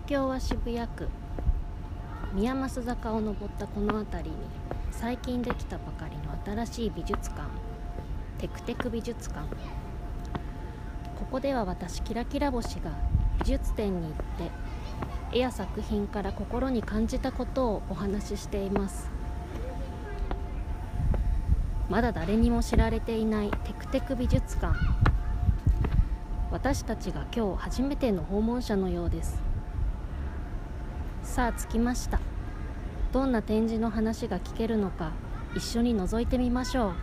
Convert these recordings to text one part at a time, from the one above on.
京は渋谷区宮益坂を登ったこの辺りに最近できたばかりの新しい美術館、テクテク美術館。ここでは私キラキラ星が美術展に行って絵や作品から心に感じたことをお話ししています。まだ誰にも知られていないテクテク美術館、私たちが今日初めての訪問者のようです。さあ着きました。どんな展示の話が聞けるのか一緒に覗いてみましょう。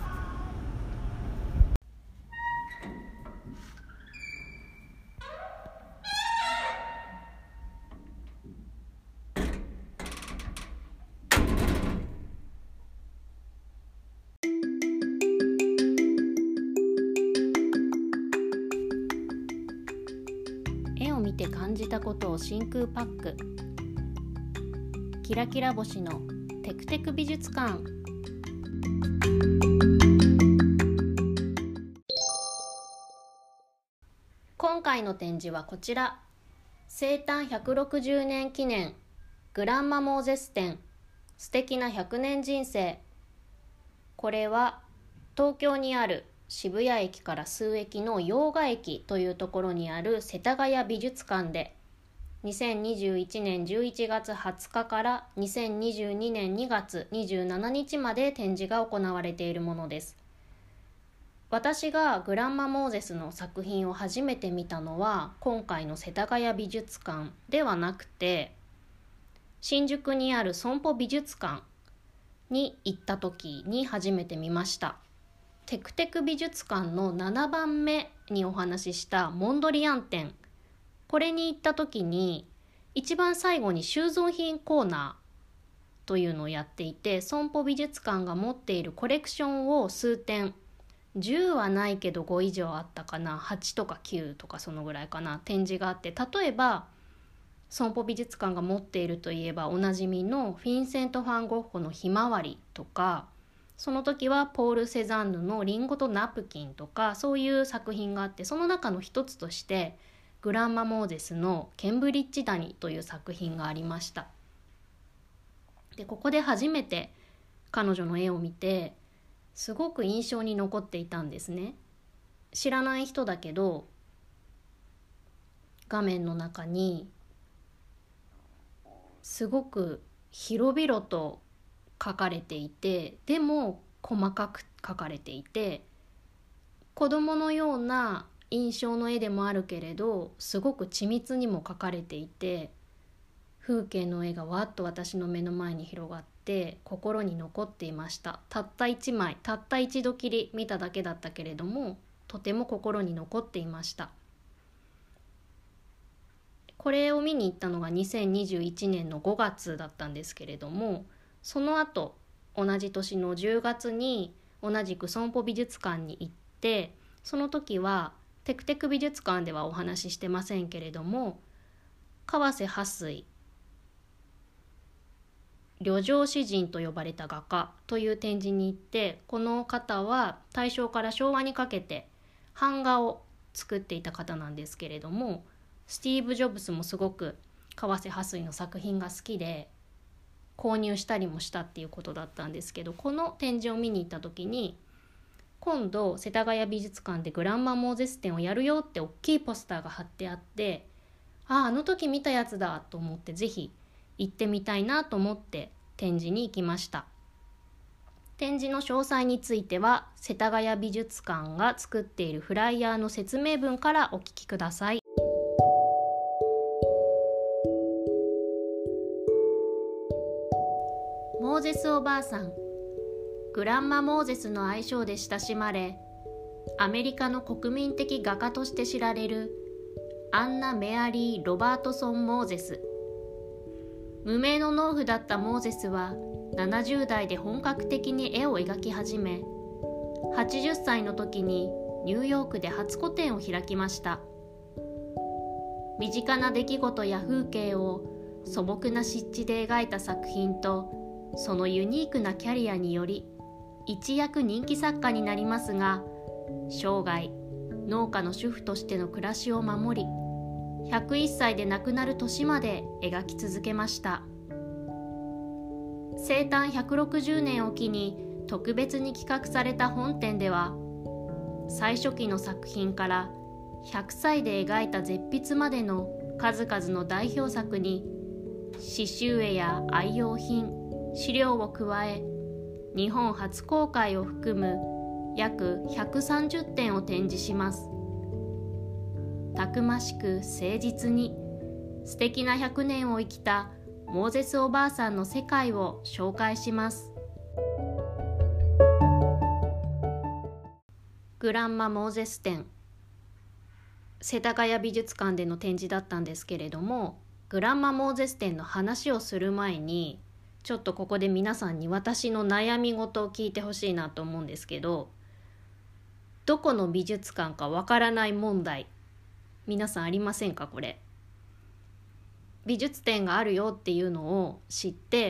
絵を見て感じたことを真空パック、キラキラ星のテクテク美術館。今回の展示はこちら、生誕160年記念グランマモーゼス展、素敵な100年人生。これは東京にある渋谷駅から数駅の用賀駅というところにある世田谷美術館で2021年11月20日から2022年2月27日まで展示が行われているものです。私がグランマモーゼスの作品を初めて見たのは今回の世田谷美術館ではなくて、新宿にある損保美術館に行った時に初めて見ました。テクテク美術館の7番目にお話ししたモンドリアン展、これに行った時に一番最後に収蔵品コーナーというのをやっていて、損保美術館が持っているコレクションを数点、10はないけど5以上あったかな、8とか9とかそのぐらいかな、展示があって、例えば損保美術館が持っているといえばおなじみのフィンセント・ファン・ゴッホのひまわりとか、その時はポール・セザンヌのリンゴとナプキンとか、そういう作品があって、その中の一つとしてグランマモーゼスのケンブリッジ谷という作品がありました。でここで初めて彼女の絵を見てすごく印象に残っていたんですね。知らない人だけど画面の中にすごく広々と描かれていて、でも細かく描かれていて、子供のような印象の絵でもあるけれどすごく緻密にも描かれていて、風景の絵がわっと私の目の前に広がって心に残っていました。たった一枚、たった一度きり見ただけだったけれども、とても心に残っていました。これを見に行ったのが2021年の5月だったんですけれども、その後同じ年の10月に同じく損保美術館に行って、その時はテクテク美術館ではお話ししてませんけれども、川瀬巴水旅情詩人と呼ばれた画家という展示に行って、この方は大正から昭和にかけて版画を作っていた方なんですけれども、スティーブ・ジョブズもすごく川瀬巴水の作品が好きで購入したりもしたっていうことだったんですけど、この展示を見に行った時に、今度世田谷美術館でグランマモーゼス展をやるよって大きいポスターが貼ってあって、あの時見たやつだと思って、ぜひ行ってみたいなと思って展示に行きました。展示の詳細については世田谷美術館が作っているフライヤーの説明文からお聞きください。モーゼスおばあさん、グランマモーゼスの愛称で親しまれ、アメリカの国民的画家として知られるアンナ・メアリー・ロバートソン・モーゼス。無名の農夫だったモーゼスは70代で本格的に絵を描き始め、80歳の時にニューヨークで初個展を開きました。身近な出来事や風景を素朴な湿地で描いた作品と、そのユニークなキャリアにより一躍人気作家になりますが、生涯農家の主婦としての暮らしを守り、 101歳で亡くなる年まで描き続けました。生誕160年を機に特別に企画された本展では、最初期の作品から100歳で描いた絶筆までの数々の代表作に刺繍絵や愛用品、資料を加え、日本初公開を含む約130点を展示します。たくましく誠実に素敵な100年を生きたモーゼスおばあさんの世界を紹介します。グランマ・モーゼス展、世田谷美術館での展示だったんですけれども、グランマ・モーゼス展の話をする前に、ちょっとここで皆さんに私の悩み事を聞いてほしいなと思うんですけど、どこの美術館かわからない問題、皆さんありませんか？これ美術展があるよっていうのを知って、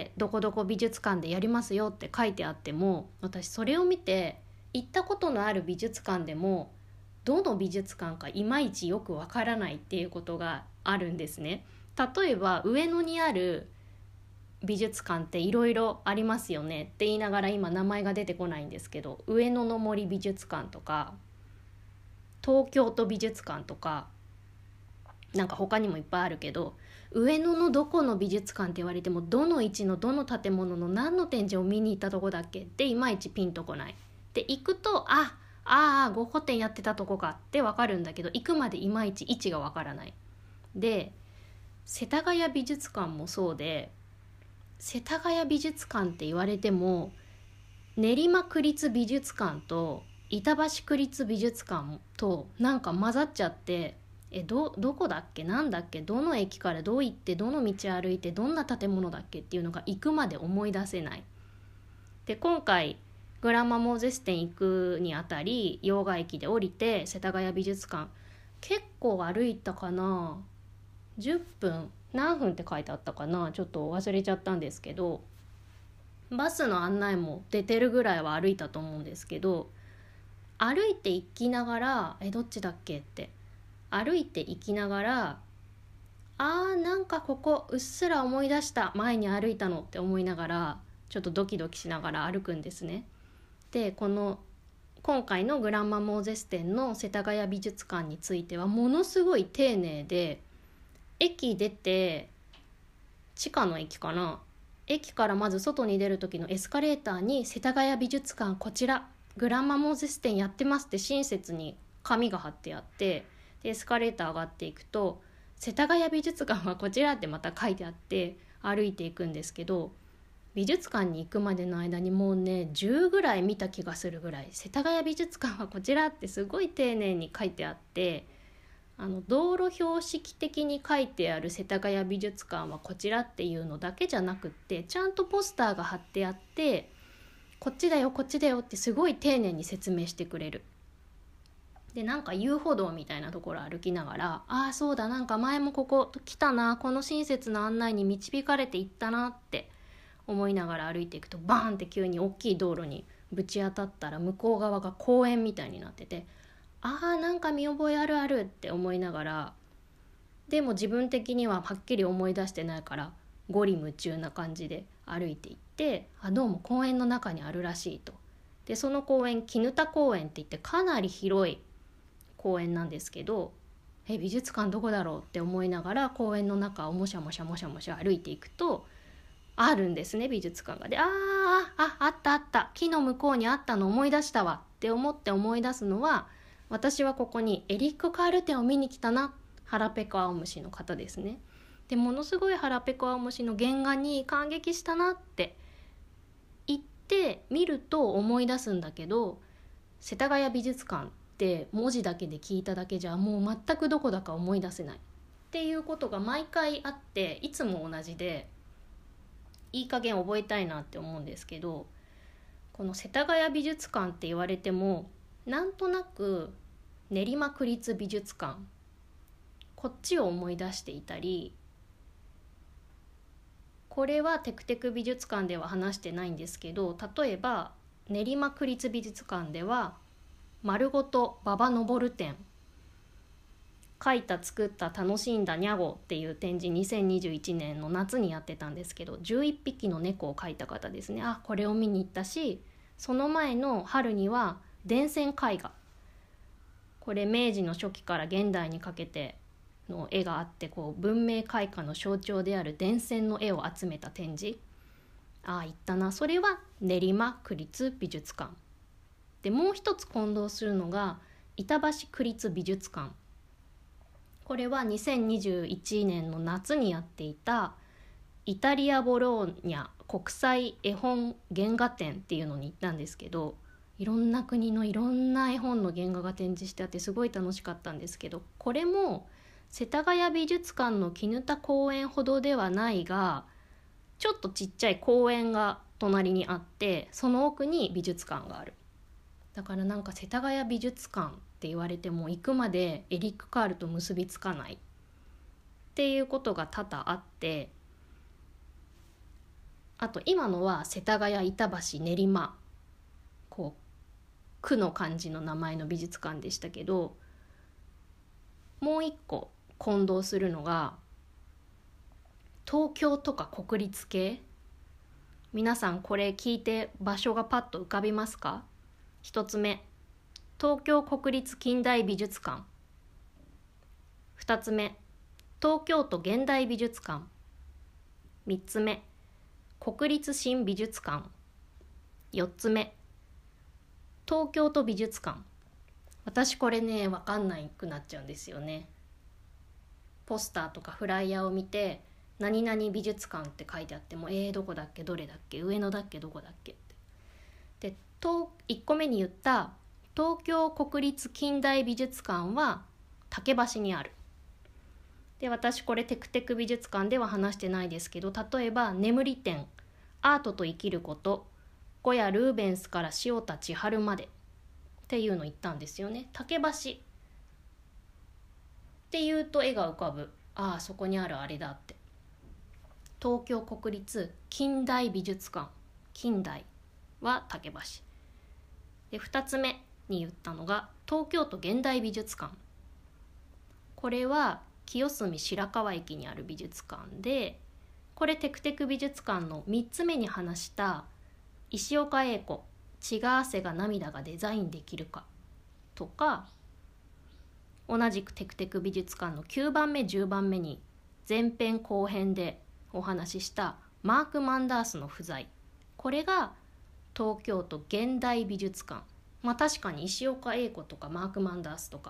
どこどこ美術館でやりますよって書いてあっても、私それを見て行ったことのある美術館でもどの美術館かいまいちよくわからないっていうことがあるんですね。例えば上野にある美術館っていろいろありますよねって言いながら今名前が出てこないんですけど、上野の森美術館とか東京都美術館とか、なんか他にもいっぱいあるけど、上野のどこの美術館って言われても、どの位置のどの建物の何の展示を見に行ったとこだっけっていまいちピンとこない。で行くとゴッホ展やってたとこかって分かるんだけど、行くまでいまいち位置が分からない。で世田谷美術館もそうで、世田谷美術館って言われても練馬区立美術館と板橋区立美術館となんか混ざっちゃって、どこだっけ、なんだっけ、どの駅からどう行ってどの道歩いてどんな建物だっけっていうのが行くまで思い出せない。で今回グランマ・モーゼス展行くにあたり、用賀駅で降りて世田谷美術館結構歩いたかな、10分何分って書いてあったかな、ちょっと忘れちゃったんですけど、バスの案内も出てるぐらいは歩いたと思うんですけど、歩いて行きながらどっちだっけって歩いて行きながら、なんかここうっすら思い出した、前に歩いたのって思いながら、ちょっとドキドキしながら歩くんですね。で今回のグランマ・モーゼス展の世田谷美術館についてはものすごい丁寧で、駅出て地下の駅かな、駅からまず外に出る時のエスカレーターに世田谷美術館こちらグランマ・モーゼス展やってますって親切に紙が貼ってあって、でエスカレーター上がっていくと世田谷美術館はこちらってまた書いてあって歩いていくんですけど、美術館に行くまでの間にもうね10ぐらい見た気がするぐらい、世田谷美術館はこちらってすごい丁寧に書いてあって、道路標識的に書いてある世田谷美術館はこちらっていうのだけじゃなくって、ちゃんとポスターが貼ってあって、こっちだよこっちだよってすごい丁寧に説明してくれる。でなんか遊歩道みたいなところ歩きながら、そうだ、なんか前もここ来たな、この親切な案内に導かれていったなって思いながら歩いていくと、バーンって急に大きい道路にぶち当たったら、向こう側が公園みたいになってて、なんか見覚えあるあるって思いながら、でも自分的にははっきり思い出してないからゴリ夢中な感じで歩いていって、どうも公園の中にあるらしいと。でその公園絹田公園って言ってかなり広い公園なんですけど、美術館どこだろうって思いながら公園の中をもしゃもしゃもしゃもしゃ歩いていくと、あるんですね、美術館が。であったあった、木の向こうにあったの思い出したわって思って思い出すのは、私はここにエリック・カール展を見に来たな、腹ペコ青虫の方ですね。でものすごい腹ペコ青虫の原画に感激したなって言って見ると思い出すんだけど、世田谷美術館って文字だけで聞いただけじゃもう全くどこだか思い出せないっていうことが毎回あって、いつも同じでいい加減覚えたいなって思うんですけど、この世田谷美術館って言われてもなんとなく練馬区立美術館、こっちを思い出していたり、これはテクテク美術館では話してないんですけど、例えば練馬区立美術館では丸ごと馬場昇展、 描いた作った楽しんだにゃごっていう展示、2021年の夏にやってたんですけど、11匹の猫を描いた方ですね。これを見に行ったし、その前の春には電線絵画、これ明治の初期から現代にかけての絵があって、文明開化の象徴である電線の絵を集めた展示、行ったな。それは練馬区立美術館で、もう一つ混同するのが板橋区立美術館。これは2021年の夏にやっていたイタリア・ボローニャ国際絵本原画展っていうのに行ったんですけど、いろんな国のいろんな絵本の原画が展示してあってすごい楽しかったんですけど、これも世田谷美術館の砧公園ほどではないが、ちょっとちっちゃい公園が隣にあって、その奥に美術館がある。だからなんか世田谷美術館って言われても行くまでエリック・カールと結びつかないっていうことが多々あって、あと今のは世田谷、板橋、練馬、区の漢字の名前の美術館でしたけど、もう一個混同するのが東京とか国立系。皆さんこれ聞いて場所がパッと浮かびますか？一つ目、東京国立近代美術館。二つ目、東京都現代美術館。三つ目、国立新美術館。四つ目、東京都美術館。私これね、分かんないくなっちゃうんですよね。ポスターとかフライヤーを見て、何々美術館って書いてあっても、どこだっけ、どれだっけ、上野だっけ、どこだっけって。で、1個目に言った東京国立近代美術館は竹橋にある。で、私これテクテク美術館では話してないですけど、例えば眠り展、アートと生きること、ゴヤ・ルーベンスから塩田千春までっていうの行ったんですよね。竹橋っていうと絵が浮かぶ。そこにあるあれだって。東京国立近代美術館、近代は竹橋で、2つ目に言ったのが東京都現代美術館。これは清澄白河駅にある美術館で、これテクテク美術館の3つ目に話した石岡英子、血が汗が涙がデザインできるかとか、同じくテクテク美術館の9番目10番目に前編後編でお話ししたマーク・マンダースの不在、これが東京都現代美術館。確かに石岡英子とかマーク・マンダースとか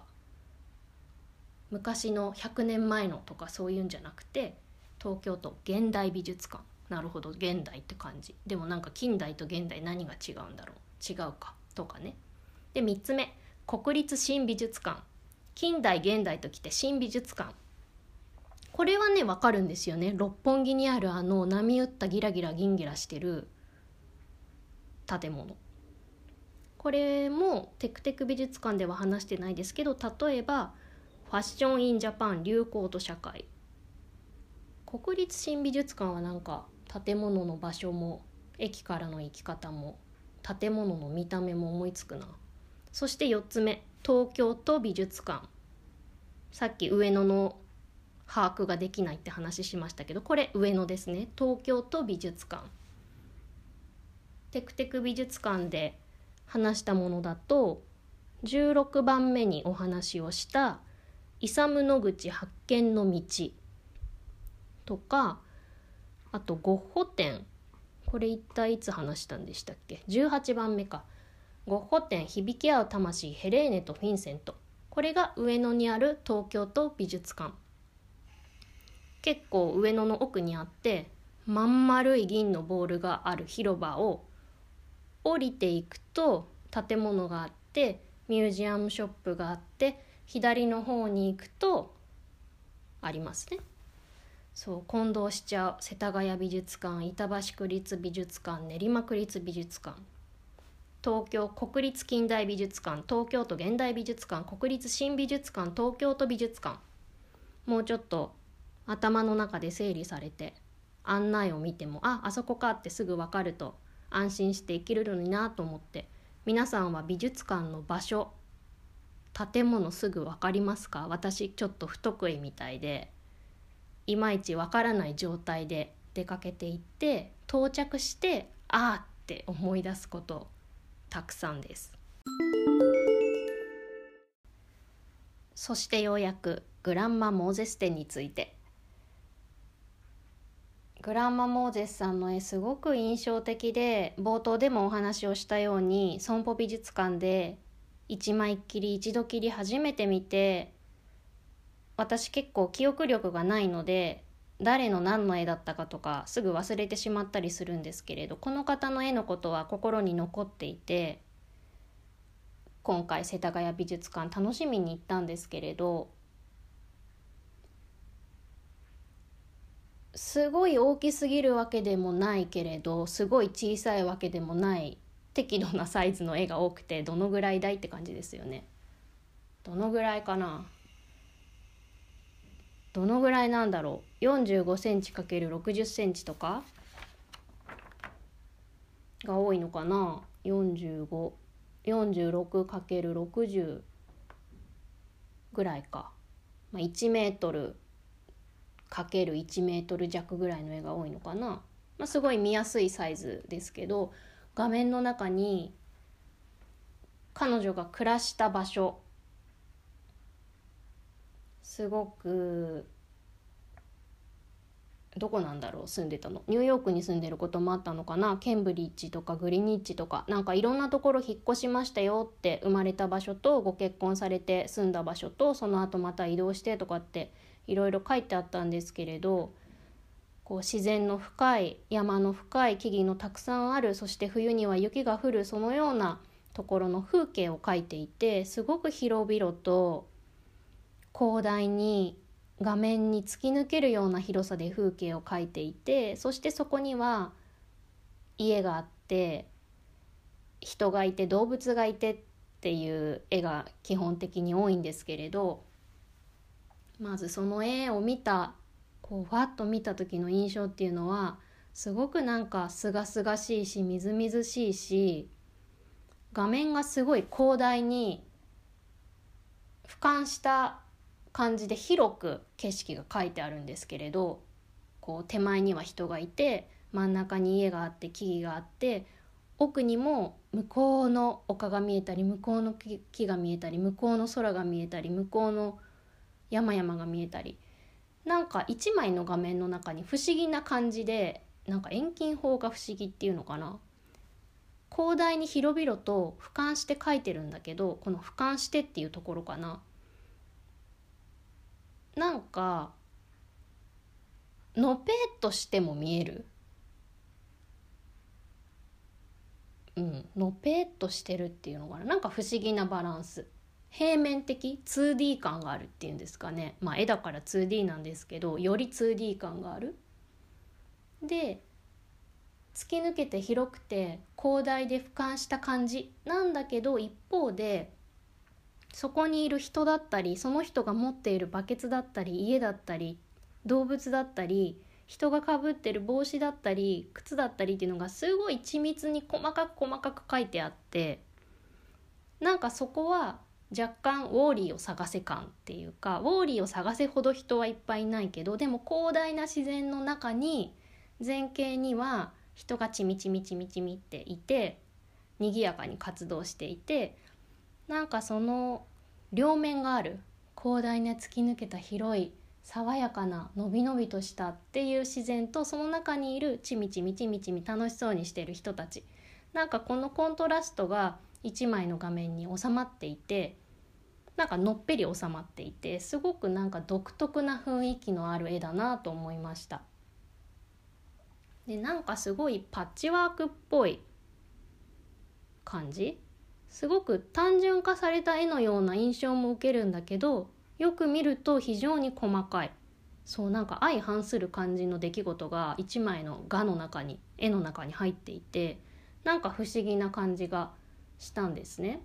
昔の100年前のとかそういうんじゃなくて、東京都現代美術館。なるほど、現代って感じ。でもなんか近代と現代何が違うんだろう、違うかとかね。で、3つ目、国立新美術館。近代現代ときて新美術館。これはね分かるんですよね。六本木にある波打ったギラギラギンギラしてる建物。これもテクテク美術館では話してないですけど、例えばファッション・イン・ジャパン、流行と社会。国立新美術館はなんか建物の場所も駅からの行き方も建物の見た目も思いつくな。そして4つ目、東京都美術館。さっき上野の把握ができないって話しましたけど、これ上野ですね。東京都美術館。テクテク美術館で話したものだと、16番目にお話をしたイサム・ノグチ発見の道とか、あとゴッホ展、これ一体いつ話したんでしたっけ、18番目か。ゴッホ展響き合う魂、ヘレーネとフィンセント。これが上野にある東京都美術館。結構上野の奥にあって、まん丸い銀のボールがある広場を降りていくと建物があって、ミュージアムショップがあって、左の方に行くとありますね。そう混同しちゃう。世田谷美術館、板橋区立美術館、練馬区立美術館、東京国立近代美術館、東京都現代美術館、国立新美術館、東京都美術館。もうちょっと頭の中で整理されて、案内を見てもあそこかってすぐ分かると安心して生きれるのになと思って、皆さんは美術館の場所、 建物すぐ分かりますか？私ちょっと不得意みたいで、いまいち分からない状態で出かけていって、到着してあーって思い出すことたくさんです。そしてようやくグランマ・モーゼス展について。グランマ・モーゼスさんの絵すごく印象的で、冒頭でもお話をしたように損保美術館で一枚っきり一度きり初めて見て、私結構記憶力がないので誰の何の絵だったかとかすぐ忘れてしまったりするんですけれど、この方の絵のことは心に残っていて、今回世田谷美術館楽しみに行ったんですけれど、すごい大きすぎるわけでもないけれどすごい小さいわけでもない適度なサイズの絵が多くて、どのぐらいだいって感じですよね。どのぐらいかな、どのぐらいなんだろう、45センチ ×60 センチとかが多いのかな。45、46×60 ぐらいか、1メートル×1メートル弱ぐらいの絵が多いのかな。すごい見やすいサイズですけど、画面の中に彼女が暮らした場所、すごくどこなんだろう、住んでたのニューヨークに住んでることもあったのかな、ケンブリッジとかグリニッジとか、なんかいろんなところ引っ越しましたよって、生まれた場所とご結婚されて住んだ場所とその後また移動してとかっていろいろ書いてあったんですけれど、こう自然の深い、山の深い木々のたくさんある、そして冬には雪が降る、そのようなところの風景を描いていて、すごく広々と広大に画面に突き抜けるような広さで風景を描いていて、そしてそこには家があって人がいて動物がいてっていう絵が基本的に多いんですけれど、まずその絵を見た、こうわっと見た時の印象っていうのは、すごくなんか清々しいしみずみずしいし、画面がすごい広大に俯瞰した感じで広く景色が描いてあるんですけれど、こう手前には人がいて、真ん中に家があって木々があって、奥にも向こうの丘が見えたり、向こうの木が見えたり、向こうの空が見えたり、向こうの山々が見えたり、なんか一枚の画面の中に不思議な感じで、なんか遠近法が不思議っていうのかな、広大に広々と俯瞰して描いてるんだけど、この俯瞰してっていうところかな、なんかのぺっとしても見える、のぺっとしてるっていうのかな、なんか不思議なバランス、平面的 2D 感があるっていうんですかね。絵だから 2D なんですけど、より 2D 感がある。で、突き抜けて広くて広大で俯瞰した感じなんだけど、一方でそこにいる人だったり、その人が持っているバケツだったり、家だったり、動物だったり、人がかぶってる帽子だったり靴だったりっていうのがすごい緻密に細かく書いてあって、なんかそこは若干ウォーリーを探せ感っていうか、ウォーリーを探せほど人はいっぱいいないけど、でも広大な自然の中に前景には人がちみちみっていて、賑やかに活動していて、なんかその両面がある、広大な突き抜けた広い爽やかなのびのびとしたっていう自然と、その中にいるちみちみ楽しそうにしてる人たち、なんかこのコントラストが一枚の画面に収まっていて、なんかのっぺり収まっていて、すごくなんか独特な雰囲気のある絵だなと思いました。で、なんかすごいパッチワークっぽい感じ、すごく単純化された絵のような印象も受けるんだけど、よく見ると非常に細かい、そうなんか相反する感じの出来事が一枚の画の中に、絵の中に入っていて、なんか不思議な感じがしたんですね。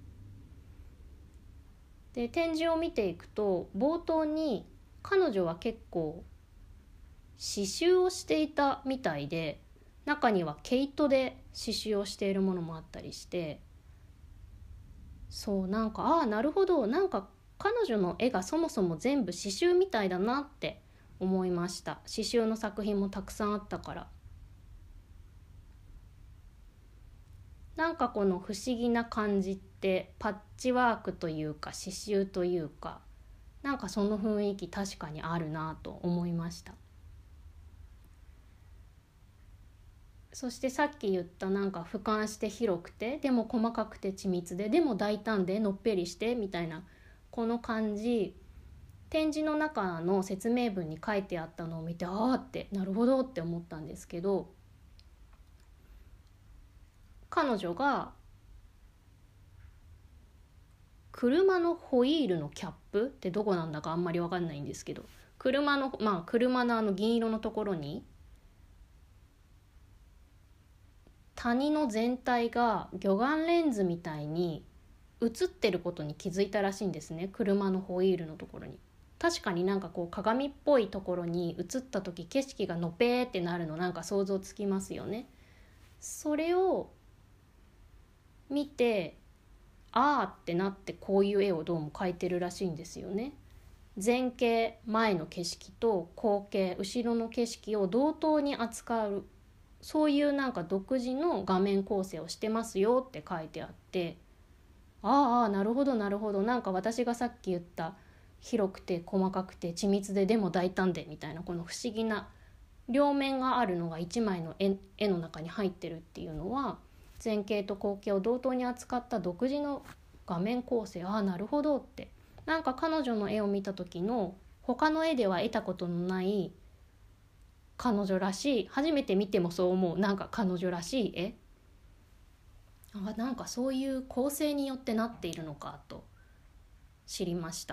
で、展示を見ていくと、冒頭に彼女は結構刺繍をしていたみたいで、中には毛糸で刺繍をしているものもあったりして、 そうなんかなるほど、なんか彼女の絵がそもそも全部刺繍みたいだなって思いました。刺繍の作品もたくさんあったから。なんかこの不思議な感じってパッチワークというか刺繍というか、なんかその雰囲気確かにあるなと思いました。そしてさっき言ったなんか俯瞰して広くてでも細かくて緻密ででも大胆でのっぺりしてみたいなこの感じ、展示の中の説明文に書いてあったのを見てってなるほどって思ったんですけど、彼女が車のホイールのキャップってどこなんだかあんまり分かんないんですけど、車の銀色のところに谷の全体が魚眼レンズみたいに映ってることに気づいたらしいんですね。車のホイールのところに確かになんかこう鏡っぽいところに映った時景色がのぺーってなるのなんか想像つきますよね。それを見てってなってこういう絵をどうも描いてるらしいんですよね。前景前の景色と後景後ろの景色を同等に扱う、そういうなんか独自の画面構成をしてますよって書いてあって、なるほどなるほど、なんか私がさっき言った広くて細かくて緻密ででも大胆でみたいなこの不思議な両面があるのが一枚の絵の中に入ってるっていうのは、前景と後景を同等に扱った独自の画面構成、なるほどって、なんか彼女の絵を見た時の他の絵では得たことのない彼女らしい、初めて見てもそう思う、なんか彼女らしい絵、なんかそういう構成によってなっているのかと知りました。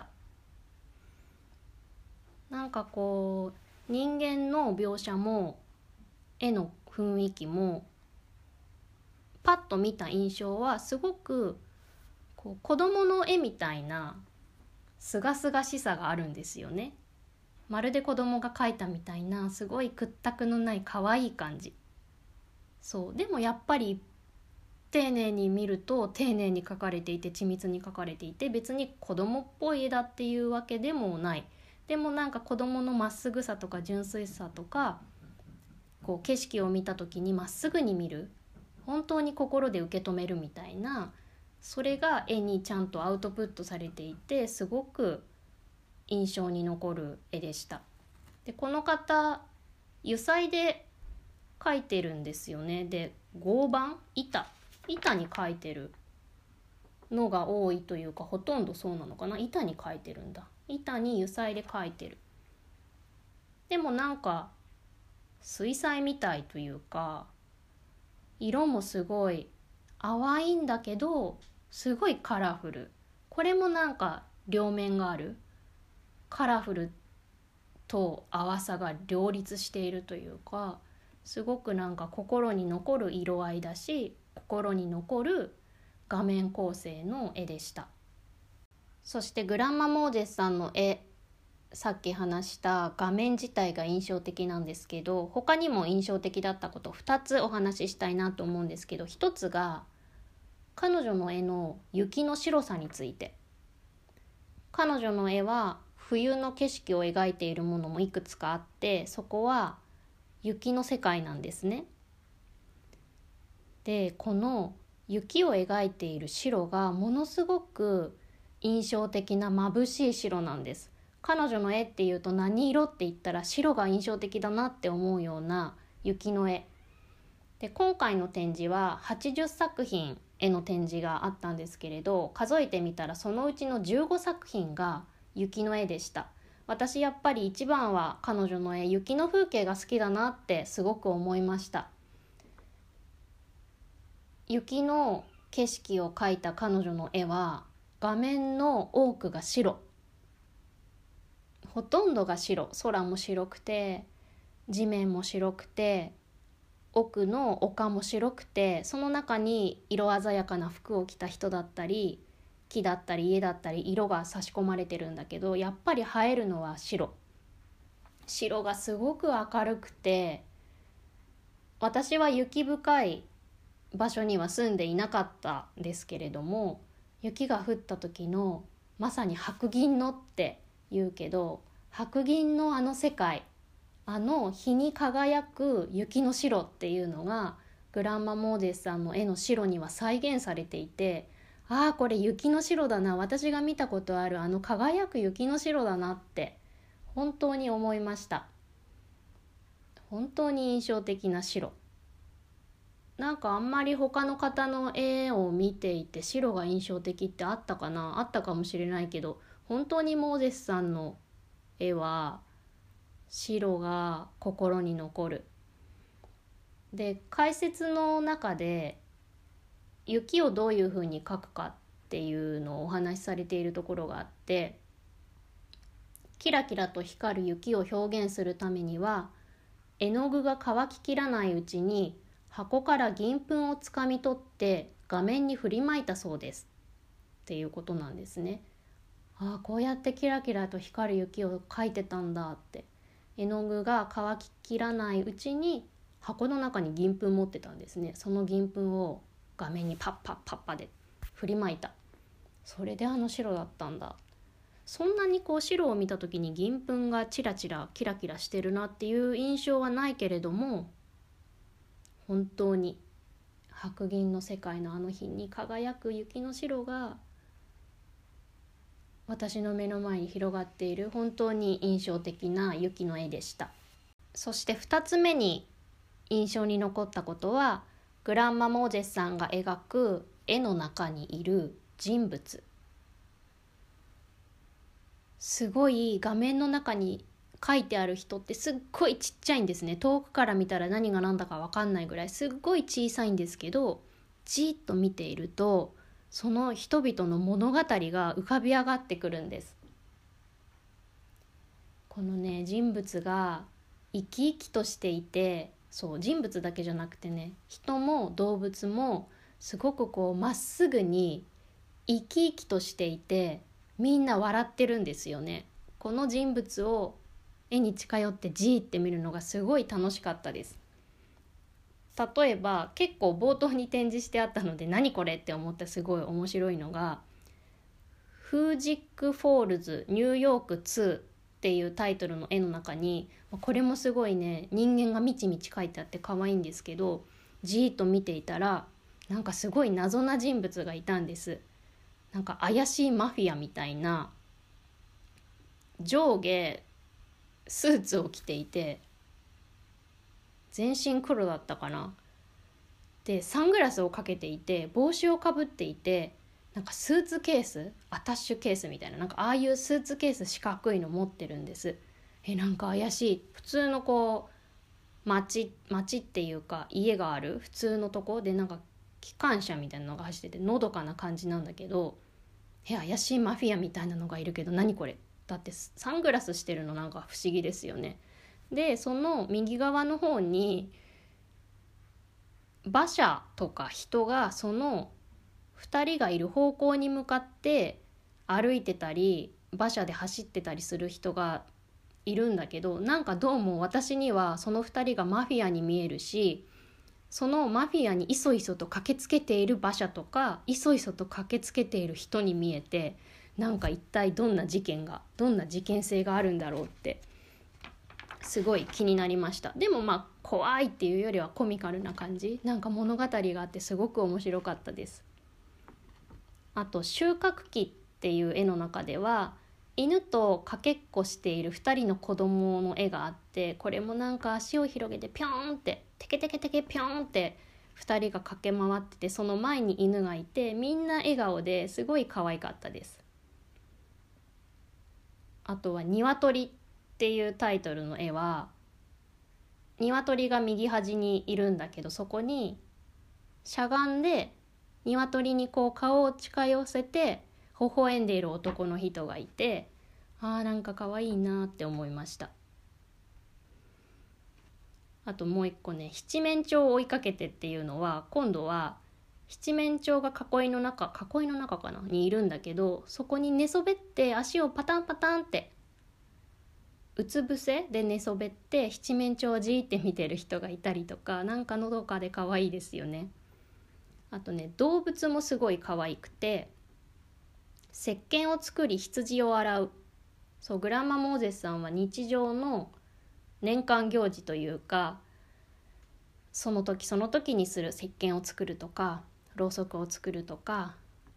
なんかこう人間の描写も絵の雰囲気もパッと見た印象はすごくこう子供の絵みたいなすがすがしさがあるんですよね。まるで子供が描いたみたいなすごい屈託のない可愛い感じ。そうでもやっぱり丁寧に見ると丁寧に描かれていて緻密に描かれていて、別に子供っぽい絵だっていうわけでもない。でもなんか子供のまっすぐさとか純粋さとか、こう景色を見た時にまっすぐに見る、本当に心で受け止めるみたいな、それが絵にちゃんとアウトプットされていてすごく印象に残る絵でした。でこの方油彩で描いてるんですよね。で合板板に描いてるのが多いというか、ほとんどそうなのかな。板に描いてるんだ。板に油彩で描いてる。でもなんか水彩みたいというか、色もすごい淡いんだけどすごいカラフル。これもなんか両面がある。カラフルと淡さが両立しているというか、すごくなんか心に残る色合いだし、心に残る画面構成の絵でした。そしてグランマ・モーゼスさんの絵、さっき話した画面自体が印象的なんですけど、他にも印象的だったこと2つお話ししたいなと思うんですけど、1つが彼女の絵の雪の白さについて。彼女の絵は冬の景色を描いているものもいくつかあって、そこは雪の世界なんですね。でこの雪を描いている白がものすごく印象的な眩しい白なんです。彼女の絵っていうと何色って言ったら白が印象的だなって思うような雪の絵で、今回の展示は80作品絵の展示があったんですけれど、数えてみたらそのうちの15作品が雪の絵でした。私やっぱり一番は彼女の絵、雪の風景が好きだなってすごく思いました。雪の景色を描いた彼女の絵は画面の多くが白、ほとんどが白、空も白くて地面も白くて奥の丘も白くて、その中に色鮮やかな服を着た人だったり木だったり家だったり色が差し込まれてるんだけど、やっぱり映えるのは白がすごく明るくて、私は雪深い場所には住んでいなかったんですけれども、 雪が降った時のまさに白銀のって言うけど、白銀のあの世界、あの日に輝く雪の白っていうのがグランマ・モーゼスさんの絵の白には再現されていて、ああこれ雪の白だな、私が見たことあるあの輝く雪の白だなって本当に思いました。本当に印象的な白。なんかあんまり他の方の絵を見ていて白が印象的ってあったかな、あったかもしれないけど、本当にモーゼスさんの絵は白が心に残る。で、解説の中で雪をどういうふうに描くかっていうのをお話しされているところがあって、キラキラと光る雪を表現するためには、絵の具が乾ききらないうちに箱から銀粉をつかみ取って画面に振りまいたそうですっていうことなんですね。ああこうやってキラキラと光る雪を描いてたんだって。絵の具が乾ききらないうちに箱の中に銀粉持ってたんですね。その銀粉を画面にパッパッパッパで振りまいた。それであの白だったんだ。そんなにこう白を見た時に銀粉がチラチラキラキラしてるなっていう印象はないけれども、本当に白銀の世界のあの日に輝く雪の白が私の目の前に広がっている本当に印象的な雪の絵でした。そして2つ目に印象に残ったことは、グランマ・モーゼスさんが描く絵の中にいる人物。すごい画面の中に書いてある人ってすっごいちっちゃいんですね。遠くから見たら何が何だか分かんないぐらいすっごい小さいんですけど、じーっと見ているとその人々の物語が浮かび上がってくるんです。このね、人物が生き生きとしていて、そう人物だけじゃなくてね、人も動物もすごくこうまっすぐに生き生きとしていて、みんな笑ってるんですよね。この人物を絵に近寄ってじーって見るのがすごい楽しかったです。例えば結構冒頭に展示してあったので何これって思ったすごい面白いのが、フージックフォールズニューヨーク2っていうタイトルの絵の中に、これもすごいね、人間がみちみち描いてあって可愛いんですけど、じーっと見ていたらなんかすごい謎な人物がいたんです。なんか怪しいマフィアみたいな、上下スーツを着ていて、全身黒だったかな。でサングラスをかけていて、帽子をかぶっていて、なんかスーツケース、アタッシュケースみたいな、なんかああいうスーツケース四角いの持ってるんです。なんか怪しい。普通のこう町っていうか家がある普通のとこで、なんか機関車みたいなのが走っててのどかな感じなんだけど、怪しいマフィアみたいなのがいるけど何これ、だってサングラスしてるのなんか不思議ですよね。でその右側の方に馬車とか人がその2人がいる方向に向かって歩いてたり馬車で走ってたりする人がいるんだけど、なんかどうも私にはその2人がマフィアに見えるし、そのマフィアにいそいそと駆けつけている馬車とかいそいそと駆けつけている人に見えて、なんか一体どんな事件性があるんだろうってすごい気になりました。でもまあ怖いっていうよりはコミカルな感じ、なんか物語があってすごく面白かったです。あと収穫期っていう絵の中では犬とかけっこしている2人の子供の絵があって、これもなんか足を広げてピョーンってテケテケテケピョーンって2人が駆け回ってて、その前に犬がいてみんな笑顔ですごい可愛かったです。あとは鶏っていうタイトルの絵は、鶏が右端にいるんだけど、そこにしゃがんで鶏にこう顔を近寄せて微笑んでいる男の人がいて、なんか可愛いなって思いました。あともう一個ね、七面鳥を追いかけてっていうのは、今度は七面鳥が囲いの中かなにいるんだけど、そこに寝そべって足をパタンパタンってうつ伏せで寝そべって七面鳥をじーって見てる人がいたりとか、なんかのどかで可愛いですよね。あとね、動物もすごい可愛くて、 石鹸を作り羊を洗う。そう、グランマ・モーゼスさんは日常の年間行事というか、その時その時にする石鹸を作るとか、ろうそくを作るとか、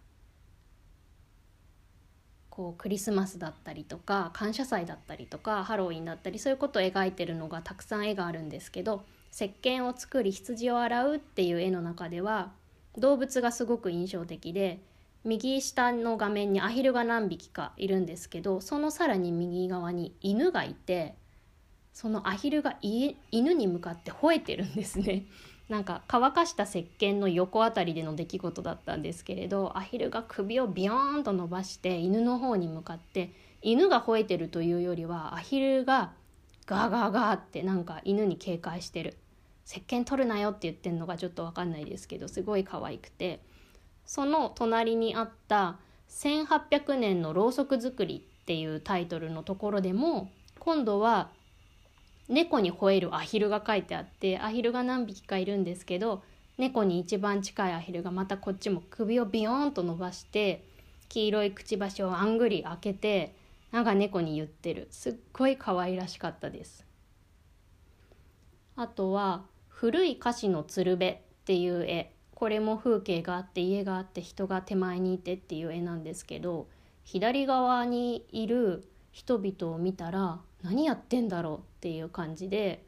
こうクリスマスだったりとか感謝祭だったりとかハロウィンだったり、そういうことを描いてるのがたくさん絵があるんですけど、石鹸を作り羊を洗うっていう絵の中では動物がすごく印象的で、右下の画面にアヒルが何匹かいるんですけど、そのさらに右側に犬がいて、そのアヒルが犬に向かって吠えてるんですね。なんか乾かした石鹸の横あたりでの出来事だったんですけれど、アヒルが首をビヨーンと伸ばして犬の方に向かって、犬が吠えてるというよりはアヒルがガーガーガーってなんか犬に警戒してる、石鹸取るなよって言ってんのがちょっと分かんないですけど、すごい可愛くて、その隣にあった1800年のろうそく作りっていうタイトルのところでも今度は猫に吠えるアヒルが書いてあって、アヒルが何匹かいるんですけど、猫に一番近いアヒルがまたこっちも首をビヨーンと伸ばして黄色いくちばしをあんぐり開けてなんか猫に言ってる。すっごい可愛らしかったです。あとは古い菓子の鶴瓶っていう絵、これも風景があって家があって人が手前にいてっていう絵なんですけど、左側にいる人々を見たら何やってんだろうっていう感じで、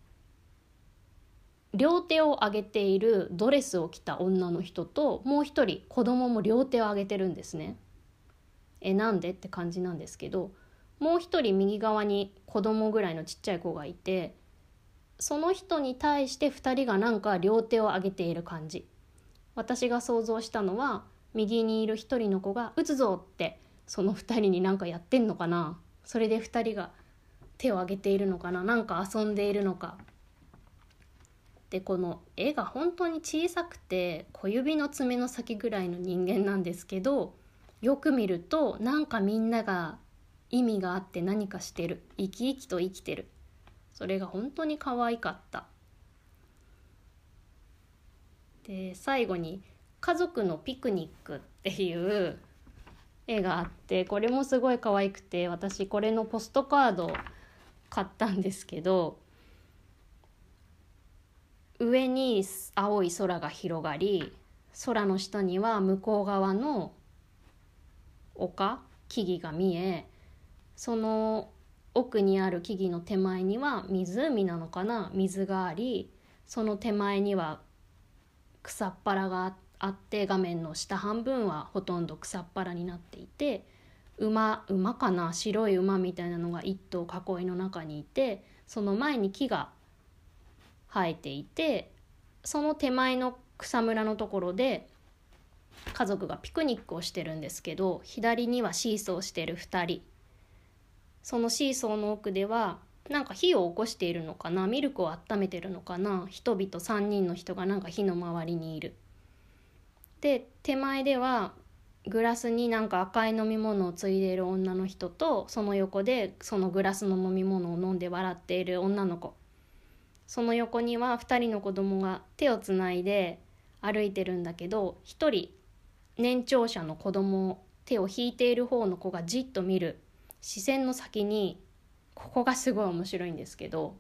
両手を上げているドレスを着た女の人と、もう一人子供も両手を上げてるんですね。なんでって感じなんですけど、もう一人右側に子供ぐらいのちっちゃい子がいて、その人に対して二人がなんか両手を上げている感じ。私が想像したのは、右にいる一人の子が撃つぞってその二人になんかやってんのかな、それで二人が手を挙げているのかな、なんか遊んでいるのか。でこの絵が本当に小さくて小指の爪の先ぐらいの人間なんですけど、よく見るとなんかみんなが意味があって何かしてる、生き生きと生きてる。それが本当に可愛かった。で最後に家族のピクニックっていう絵があって、これもすごい可愛くて、私これのポストカードを買ったんですけど、上に青い空が広がり、空の下には向こう側の丘、木々が見え、その奥にある木々の手前には湖なのかな、水があり、その手前には草っぱらがあって、画面の下半分はほとんど草っぱらになっていて、馬かな、白い馬みたいなのが一頭囲いの中にいて、その前に木が生えていて、その手前の草むらのところで家族がピクニックをしてるんですけど、左にはシーソーしてる2人、そのシーソーの奥ではなんか火を起こしているのかな、ミルクを温めてるのかな、人々3人の人がなんか火の周りにいる。で手前ではグラスになんか赤い飲み物をついでいる女の人と、その横でそのグラスの飲み物を飲んで笑っている女の子、その横には2人の子供が手をつないで歩いてるんだけど、1人年長者の子供、手を引いている方の子がじっと見る視線の先に、ここがすごい面白いんですけど、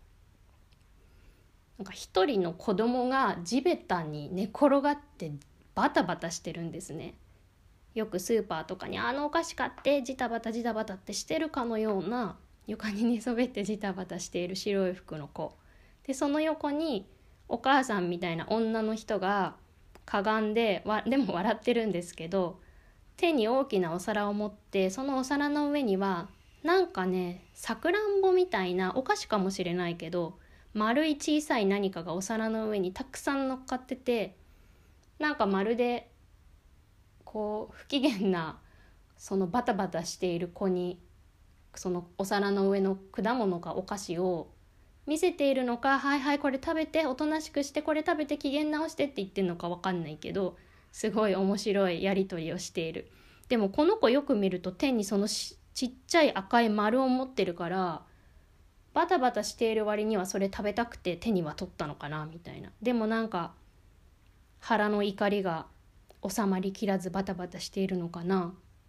なんか1人の子供が地べたに寝転がってバタバタしてるんですね。よくスーパーとかにお菓子買ってジタバタジタバタってしてるかのような、床に寝そべってジタバタしている白い服の子で、その横にお母さんみたいな女の人がかがんででも笑ってるんですけど、手に大きなお皿を持って、そのお皿の上にはなんかね、さくらんぼみたいなお菓子かもしれないけど、丸い小さい何かがお皿の上にたくさん乗っかってて、なんかまるでこう不機嫌なそのバタバタしている子に、そのお皿の上の果物かお菓子を見せているのか、はいはいこれ食べて、おとなしくして、これ食べて機嫌直してって言ってるのか分かんないけど、すごい面白いやり取りをしている。でもこの子よく見ると手にそのちっちゃい赤い丸を持ってるから、バタバタしている割にはそれ食べたくて手には取ったのかなみたいな。でもなんか腹の怒りが収まりきらずバタバタしているのかな。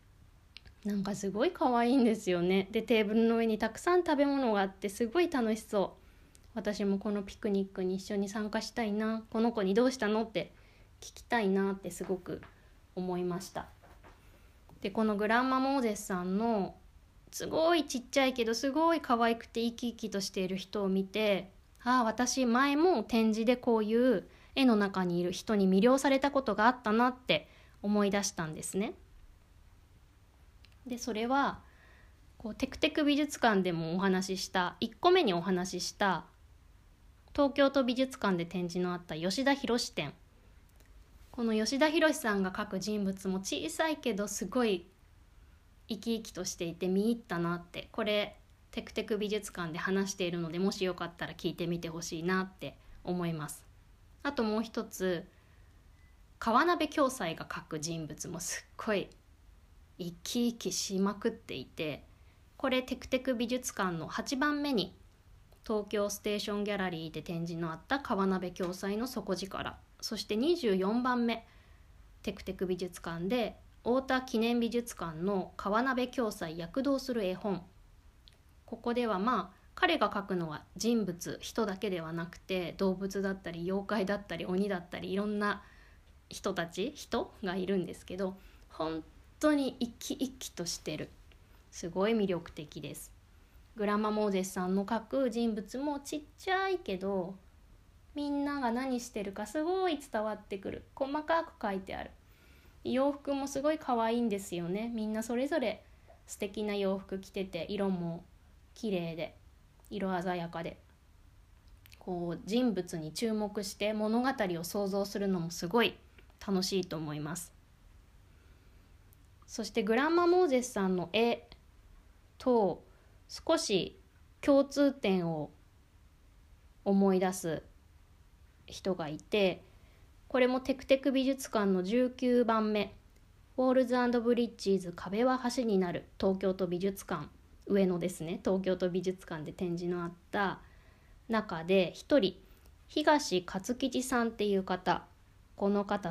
なんかすごい可愛いんですよね。でテーブルの上にたくさん食べ物があってすごい楽しそう。私もこのピクニックに一緒に参加したいな、この子にどうしたのって聞きたいなってすごく思いました。でこのグランマ・モーゼスさんのすごいちっちゃいけどすごい可愛くて生き生きとしている人を見て、私前も展示でこういう絵の中にいる人に魅了されたことがあったなって思い出したんですね。でそれはテクテク美術館でもお話しした1個目にお話しした東京都美術館で展示のあった吉田博展。この吉田博さんが描く人物も小さいけどすごい生き生きとしていて見入ったなって、これテクテク美術館で話しているので、もしよかったら聞いてみてほしいなって思います。あともう一つ、川鍋暁斎が描く人物もすっごい生き生きしまくっていて、これテクテク美術館の8番目に東京ステーションギャラリーで展示のあった川鍋暁斎の底力、そして24番目テクテク美術館で太田記念美術館の川鍋暁斎躍動する絵本。ここでは彼が描くのは人物、人だけではなくて動物だったり妖怪だったり鬼だったりいろんな人がいるんですけど、本当に生き生きとしてる、すごい魅力的です。グランマ・モーゼスさんの描く人物もちっちゃいけどみんなが何してるかすごい伝わってくる、細かく描いてある。洋服もすごい可愛いんですよね。みんなそれぞれ素敵な洋服着てて、色も綺麗で色鮮やかで、人物に注目して物語を想像するのもすごい楽しいと思います。そしてグランマ・モーゼスさんの絵と少し共通点を思い出す人がいて、これもテクテク美術館の19番目ウォールズ&ブリッジーズ壁は橋になる東京都美術館、上野ですね、東京都美術館で展示のあった中で一人、東勝吉さんっていう方、この方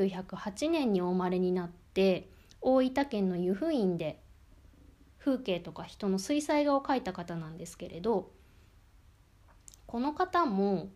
1908年にお生まれになって大分県の湯布院で風景とか人の水彩画を描いた方なんですけれど、この方も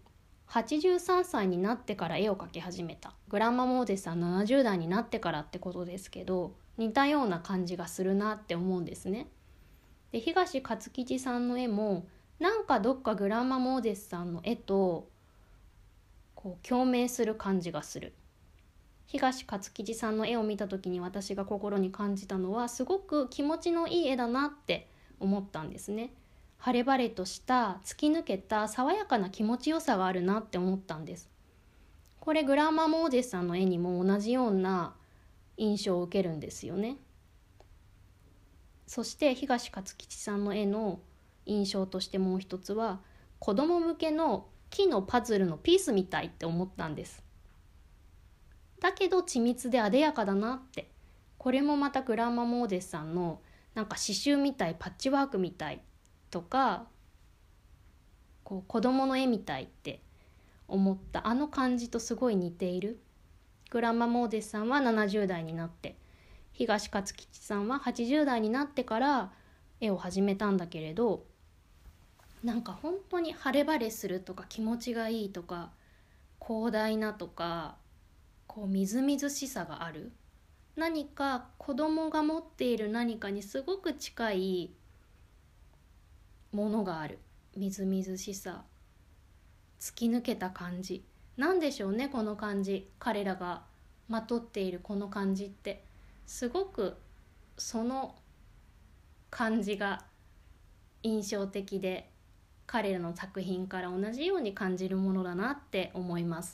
83歳になってから絵を描き始めた。グランマ・モーゼスさん70代になってからってことですけど、似たような感じがするなって思うんですね。で東勝吉さんの絵もなんかどっかグランマ・モーゼスさんの絵と共鳴する感じがする。東勝吉さんの絵を見た時に私が心に感じたのは、すごく気持ちのいい絵だなって思ったんですね。晴れ晴れとした突き抜けた爽やかな気持ちよさがあるなって思ったんです。これグランマ・モーゼスさんの絵にも同じような印象を受けるんですよね。そして東勝吉さんの絵の印象としてもう一つは、子供向けの木のパズルのピースみたいって思ったんです。だけど緻密で艶やかだなって。これもまたグランマ・モーゼスさんのなんか刺繍みたい、パッチワークみたいとか子供の絵みたいって思ったあの感じとすごい似ている。グランマ・モーゼスさんは70代になって、東勝吉さんは80代になってから絵を始めたんだけれど、なんか本当に晴れ晴れするとか気持ちがいいとか広大なとかみずみずしさがある、何か子供が持っている何かにすごく近いものがある。みずみずしさ、突き抜けた感じ、なんでしょうね、この感じ。彼らがまとっているこの感じってすごくその感じが印象的で、彼らの作品から同じように感じるものだなって思います。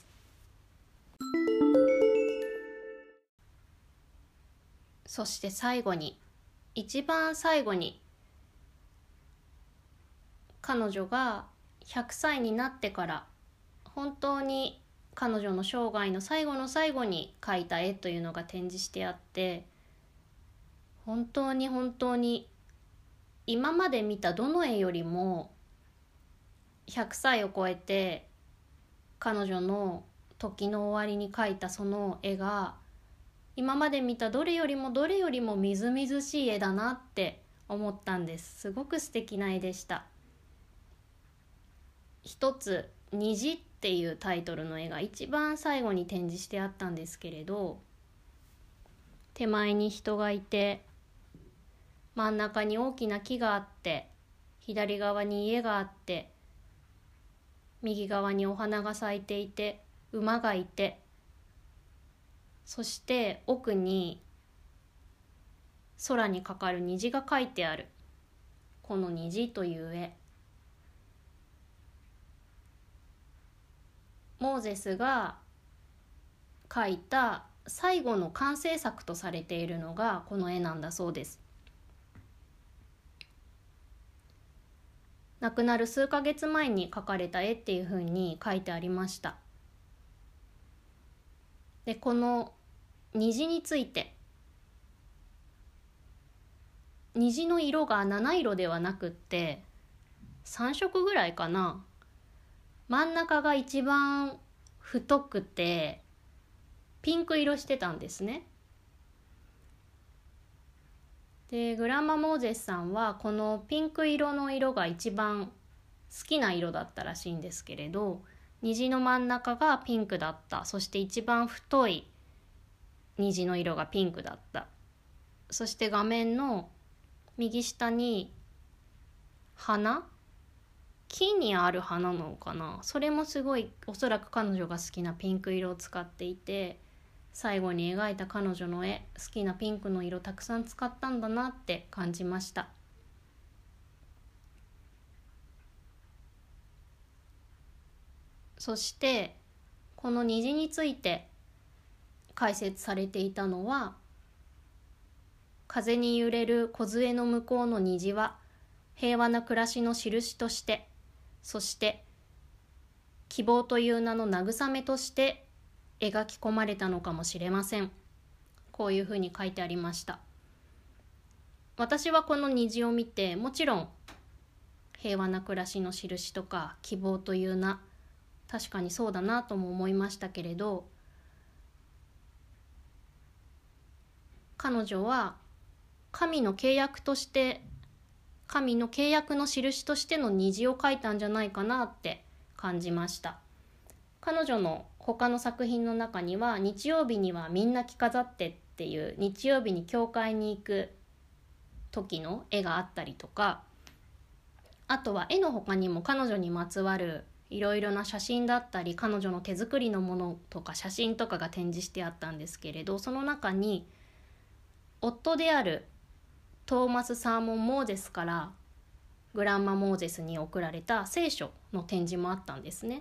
そして一番最後に彼女が100歳になってから本当に彼女の生涯の最後の最後に描いた絵というのが展示してあって、本当に本当に今まで見たどの絵よりも100歳を超えて彼女の時の終わりに描いたその絵が今まで見たどれよりもみずみずしい絵だなって思ったんです。すごく素敵な絵でした。一つ虹っていうタイトルの絵が一番最後に展示してあったんですけれど、手前に人がいて、真ん中に大きな木があって、左側に家があって、右側にお花が咲いていて、馬がいて、そして奥に空にかかる虹が描いてある。この虹という絵、モーゼスが描いた最後の完成作とされているのがこの絵なんだそうです。亡くなる数ヶ月前に描かれた絵っていうふうに書いてありました。で、この虹について、虹の色が7色ではなくって3色ぐらいかな。真ん中が一番太くてピンク色してたんですね。で、グランマ・モーゼスさんはこのピンク色の色が一番好きな色だったらしいんですけれど、虹の真ん中がピンクだった。そして一番太い虹の色がピンクだった。そして画面の右下に花、木にある花なのかな、それもすごいおそらく彼女が好きなピンク色を使っていて、最後に描いた彼女の絵、好きなピンクの色たくさん使ったんだなって感じました。そしてこの虹について解説されていたのは、風に揺れる梢の向こうの虹は平和な暮らしの印として、そして希望という名の慰めとして描き込まれたのかもしれません。こういうふうに書いてありました。私はこの虹を見て、もちろん平和な暮らしの印とか希望という名、確かにそうだなとも思いましたけれど、彼女は神の契約として、神の契約の印としての虹を描いたんじゃないかなって感じました。彼女の他の作品の中には、日曜日にはみんな着飾ってっていう日曜日に教会に行く時の絵があったりとか、あとは絵の他にも彼女にまつわるいろいろな写真だったり、彼女の手作りのものとか写真とかが展示してあったんですけれど、その中に夫であるトーマス・サーモン・モーゼスからグランマ・モーゼスに送られた聖書の展示もあったんですね。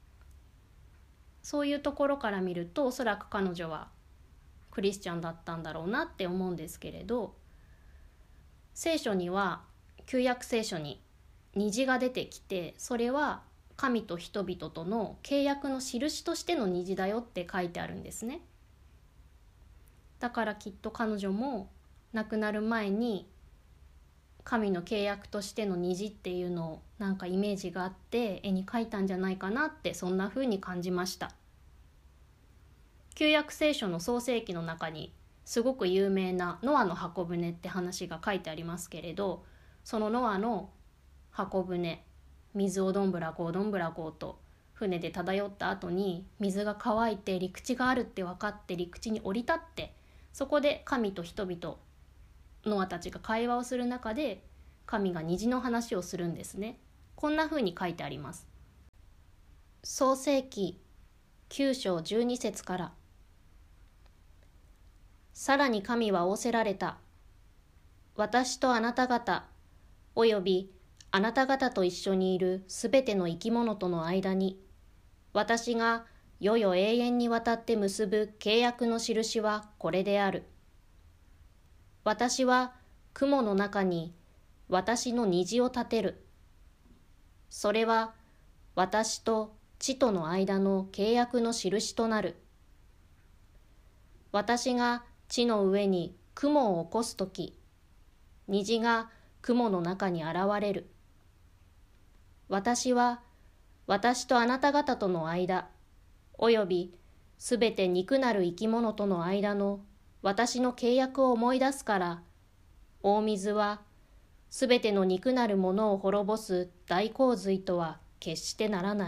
そういうところから見ると、おそらく彼女はクリスチャンだったんだろうなって思うんですけれど、聖書には、旧約聖書に虹が出てきて、それは神と人々との契約の印としての虹だよって書いてあるんですね。だからきっと彼女も亡くなる前に神の契約としての虹っていうのをなんかイメージがあって絵に描いたんじゃないかなって、そんな風に感じました。旧約聖書の創世記の中にすごく有名なノアの箱舟って話が書いてありますけれど、そのノアの箱舟、水をどんぶらこうどんぶらこうと船で漂った後に、水が乾いて陸地があるって分かって陸地に降り立って、そこで神と人々、ノアたちが会話をする中で神が虹の話をするんですね。こんな風に書いてあります。創世記9章12節から。さらに神は仰せられた。私とあなた方、およびあなた方と一緒にいるすべての生き物との間に、私が世々永遠にわたって結ぶ契約の印はこれである。私は雲の中に私の虹を立てる。それは私と地との間の契約の印となる。私が地の上に雲を起こすとき、虹が雲の中に現れる。私は私とあなた方との間、およびすべて肉なる生き物との間の私の契約を思い出すから、大水はすべての肉なるものを滅ぼす大洪水とは決してならない。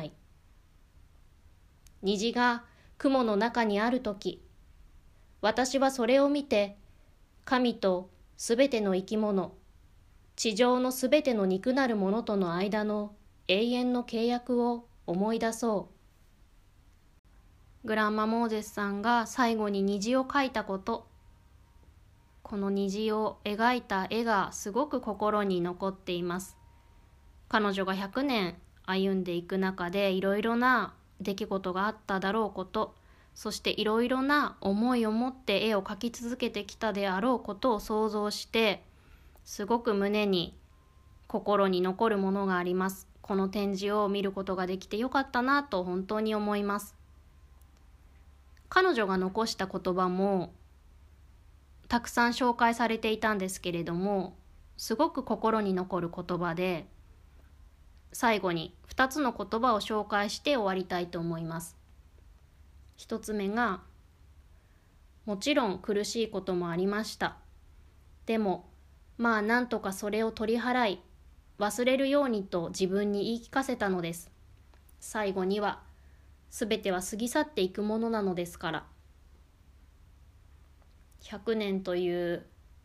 虹が雲の中にあるとき、私はそれを見て、神とすべての生き物、地上のすべての肉なるものとの間の永遠の契約を思い出そう。グランマ・モーゼスさんが最後に虹を描いたこと、この虹を描いた絵がすごく心に残っています。彼女が100年歩んでいく中でいろいろな出来事があっただろうこと、そしていろいろな思いを持って絵を描き続けてきたであろうことを想像して、すごく胸に心に残るものがあります。この展示を見ることができてよかったなと本当に思います。彼女が残した言葉もたくさん紹介されていたんですけれども、すごく心に残る言葉で、最後に2つの言葉を紹介して終わりたいと思います。1つ目が、もちろん苦しいこともありました。でも、まあなんとかそれを取り払い、忘れるようにと自分に言い聞かせたのです。最後には、すべては過ぎ去っていくものなのですから。100年という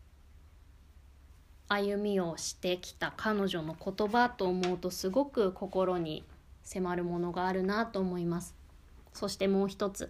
歩みをしてきた彼女の言葉と思うと、すごく心に迫るものがあるなと思います。そしてもう一つ。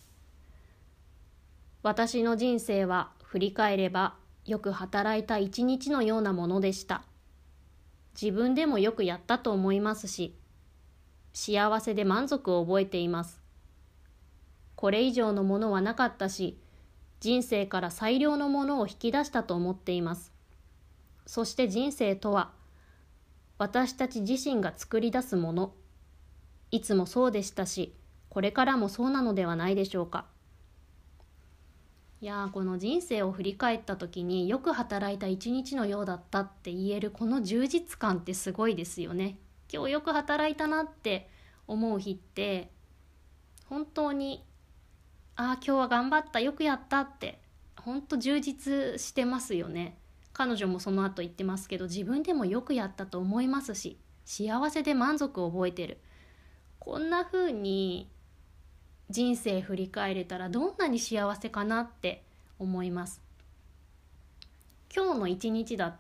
私の人生は振り返ればよく働いた一日のようなものでした。自分でもよくやったと思いますし、幸せで満足を覚えています。これ以上のものはなかったし、人生から最良のものを引き出したと思っています。そして人生とは、私たち自身が作り出すもの。いつもそうでしたし、これからもそうなのではないでしょうか。いやー、この人生を振り返った時によく働いた一日のようだったって言えるこの充実感ってすごいですよね。今日よく働いたなって思う日って本当に、今日は頑張った、よくやったって本当充実してますよね。彼女もその後言ってますけど、自分でもよくやったと思いますし、幸せで満足を覚えてる。こんな風に人生振り返れたらどんなに幸せかなって思います。今日の一日だって、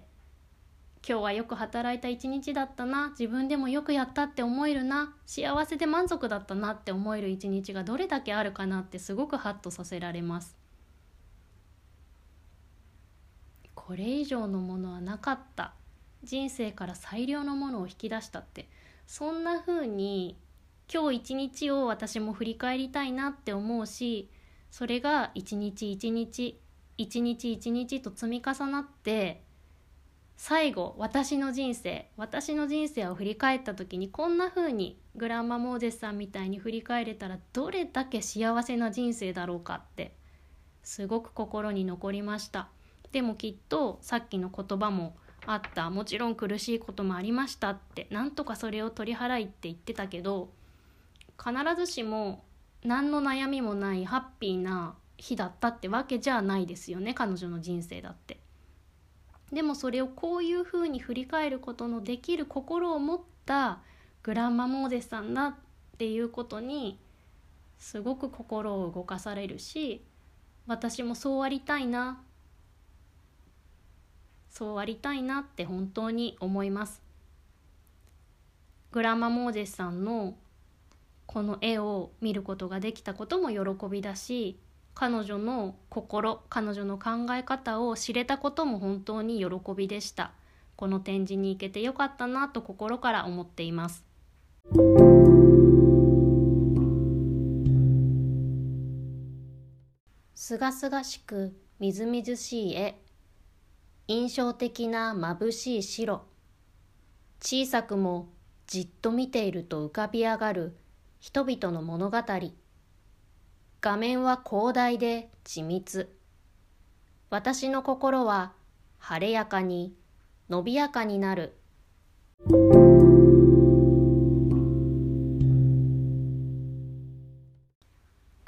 今日はよく働いた一日だったな、自分でもよくやったって思えるな、幸せで満足だったなって思える一日がどれだけあるかなってすごくハッとさせられます。これ以上のものはなかった、人生から最良のものを引き出したって、そんな風に今日一日を私も振り返りたいなって思うし、それが一日一日一日一日と積み重なって、最後私の人生を振り返った時に、こんな風にグランマ・モーゼスさんみたいに振り返れたらどれだけ幸せな人生だろうかってすごく心に残りました。でもきっとさっきの言葉もあった、もちろん苦しいこともありましたって、なんとかそれを取り払いって言ってたけど、必ずしも何の悩みもないハッピーな日だったってわけじゃないですよね、彼女の人生だって。でもそれをこういうふうに振り返ることのできる心を持ったグランマ・モーゼスさんだっていうことにすごく心を動かされるし、私もそうありたいなって本当に思います。グランマ・モーゼスさんのこの絵を見ることができたことも喜びだし、彼女の心、彼女の考え方を知れたことも本当に喜びでした。この展示に行けてよかったなと心から思っています。すがすがしくみずみずしい絵、印象的な眩しい白、小さくもじっと見ていると浮かび上がる人々の物語。画面は広大で緻密。私の心は晴れやかに伸びやかになる。グ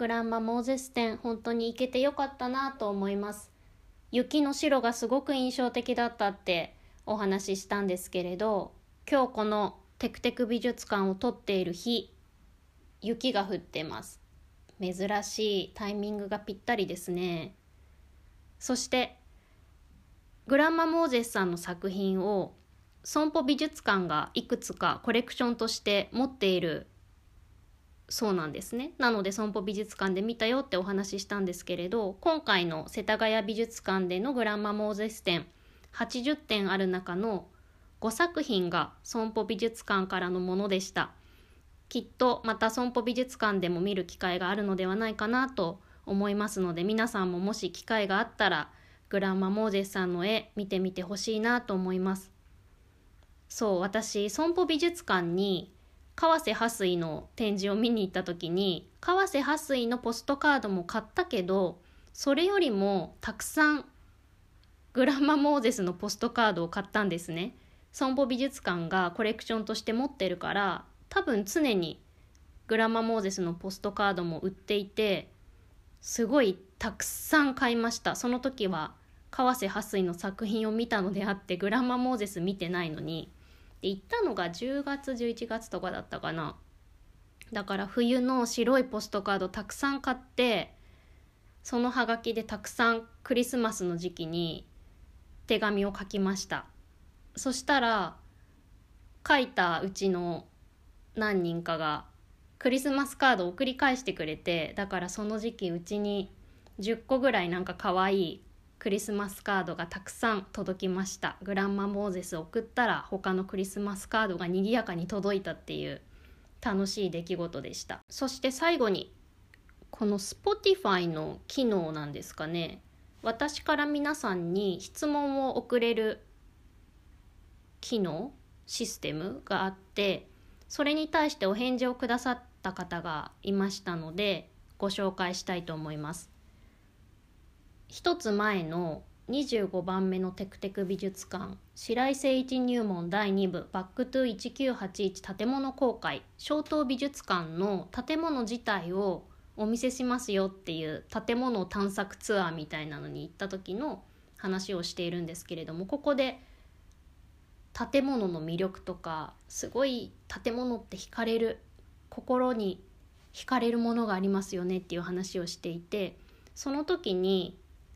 ランマモーゼス展、本当に行けてよかったなと思います。雪の白がすごく印象的だったってお話ししたんですけれど、今日このテクテク美術館を撮っている日、雪が降ってます。珍しいタイミングがぴったりですね。そしてグランマモーゼスさんの作品を損保美術館がいくつかコレクションとして持っているそうなんですね。なので損保美術館で見たよってお話ししたんですけれど、今回の世田谷美術館でのグランマモーゼス展、80点ある中の5作品が損保美術館からのものでした。きっとまた損保美術館でも見る機会があるのではないかなと思いますので、皆さんももし機会があったらグランマモーゼスさんの絵見てみてほしいなと思います。そう、私損保美術館に川瀬波水の展示を見に行った時に、川瀬波水のポストカードも買ったけど、それよりもたくさんグランマモーゼスのポストカードを買ったんですね。損保美術館がコレクションとして持ってるから、多分常にグランマモーゼスのポストカードも売っていて、すごいたくさん買いました。その時は川瀬波水の作品を見たのであって、グランマモーゼス見てないのに、で行ったのが10月11月とかだったかな。だから冬の白いポストカードたくさん買って、そのハガキでたくさんクリスマスの時期に手紙を書きました。そしたら書いたうちの何人かがクリスマスカードを送り返してくれて、だからその時期うちに10個ぐらいなんか可愛いクリスマスカードがたくさん届きました。グランマモーゼスを送ったら他のクリスマスカードが賑やかに届いたっていう楽しい出来事でした。そして最後にこの Spotify の機能なんですかね、私から皆さんに質問を送れる機能システムがあって、それに対してお返事をくださった方がいましたのでご紹介したいと思います。一つ前の25番目のテクテク美術館、白井誠一入門第2部バックトゥ1981建物公開小東美術館の建物自体をお見せしますよっていう建物探索ツアーみたいなのに行った時の話をしているんですけれども、ここで建物の魅力とか、すごい建物って惹かれる、心に惹かれるものがありますよねっていう話をしていて、その時に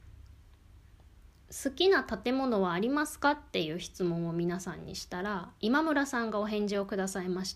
好きな建物はありますかっていう質問を皆さんにしたら、今村さんがお返事をくださいました。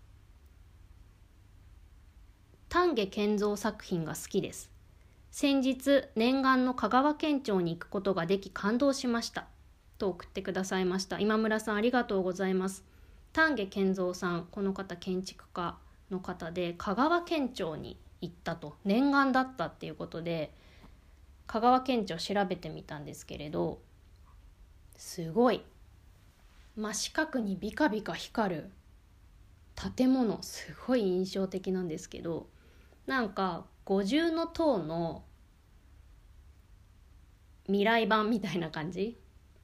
丹下健三作品が好きです。先日念願の香川県庁に行くことができ感動しましたと送ってくださいました。今村さんありがとうございます。丹下健三さん、この方建築家の方で、香川県庁に行ったと、念願だったっていうことで香川県庁調べてみたんですけれど、すごい真四角にビカビカ光る建物、すごい印象的なんですけど、なんか五重塔の未来版みたいな感じ。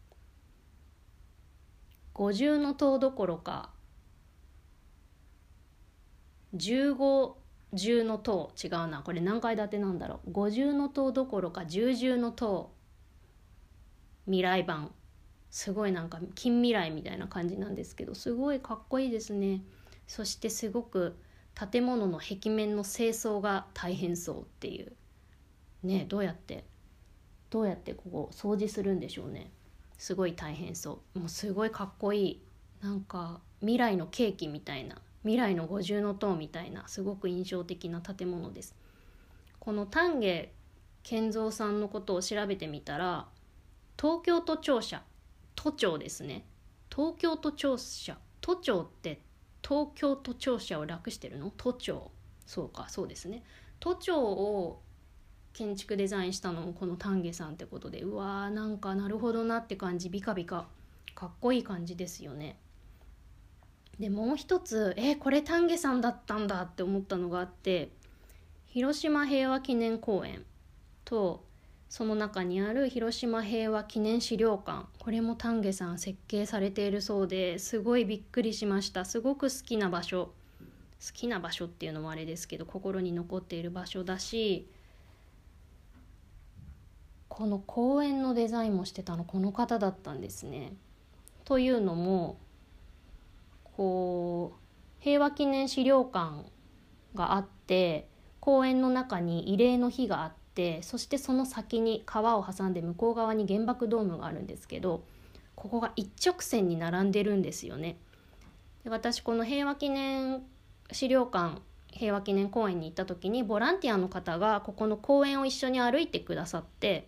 五重塔どころか15重塔、違うな、これ何階建てなんだろう。五重塔どころか10重塔未来版、すごいなんか近未来みたいな感じなんですけど、すごいかっこいいですね。そしてすごく建物の壁面の清掃が大変そうっていうね、どうやってここ掃除するんでしょうね。すごい大変そう。もうすごいかっこいい、なんか未来のケーキみたいな、未来の五重塔みたいな、すごく印象的な建物です。この丹下健三さんのことを調べてみたら、東京都庁舎、都庁ですね。東京都庁舎、都庁って東京都庁舎を略してるの？都庁、そうか、そうですね。都庁を建築デザインしたのもこの丹下さんってことで、うわー、なんかなるほどなって感じ、ビカビカかっこいい感じですよね。でもう一つ、これ丹下さんだったんだって思ったのがあって、広島平和記念公園とその中にある広島平和記念資料館、これも丹下さん設計されているそうで、すごいびっくりしました。すごく好きな場所。 好きな場所っていうのもあれですけど、心に残っている場所だし、この公園のデザインもしてたのこの方だったんですね。というのも、こう平和記念資料館があって、公園の中に慰霊の碑があって、そしてその先に川を挟んで向こう側に原爆ドームがあるんですけど、ここが一直線に並んでるんですよね。で、私この平和記念資料館、平和記念公園に行った時に、ボランティアの方がここの公園を一緒に歩いてくださって、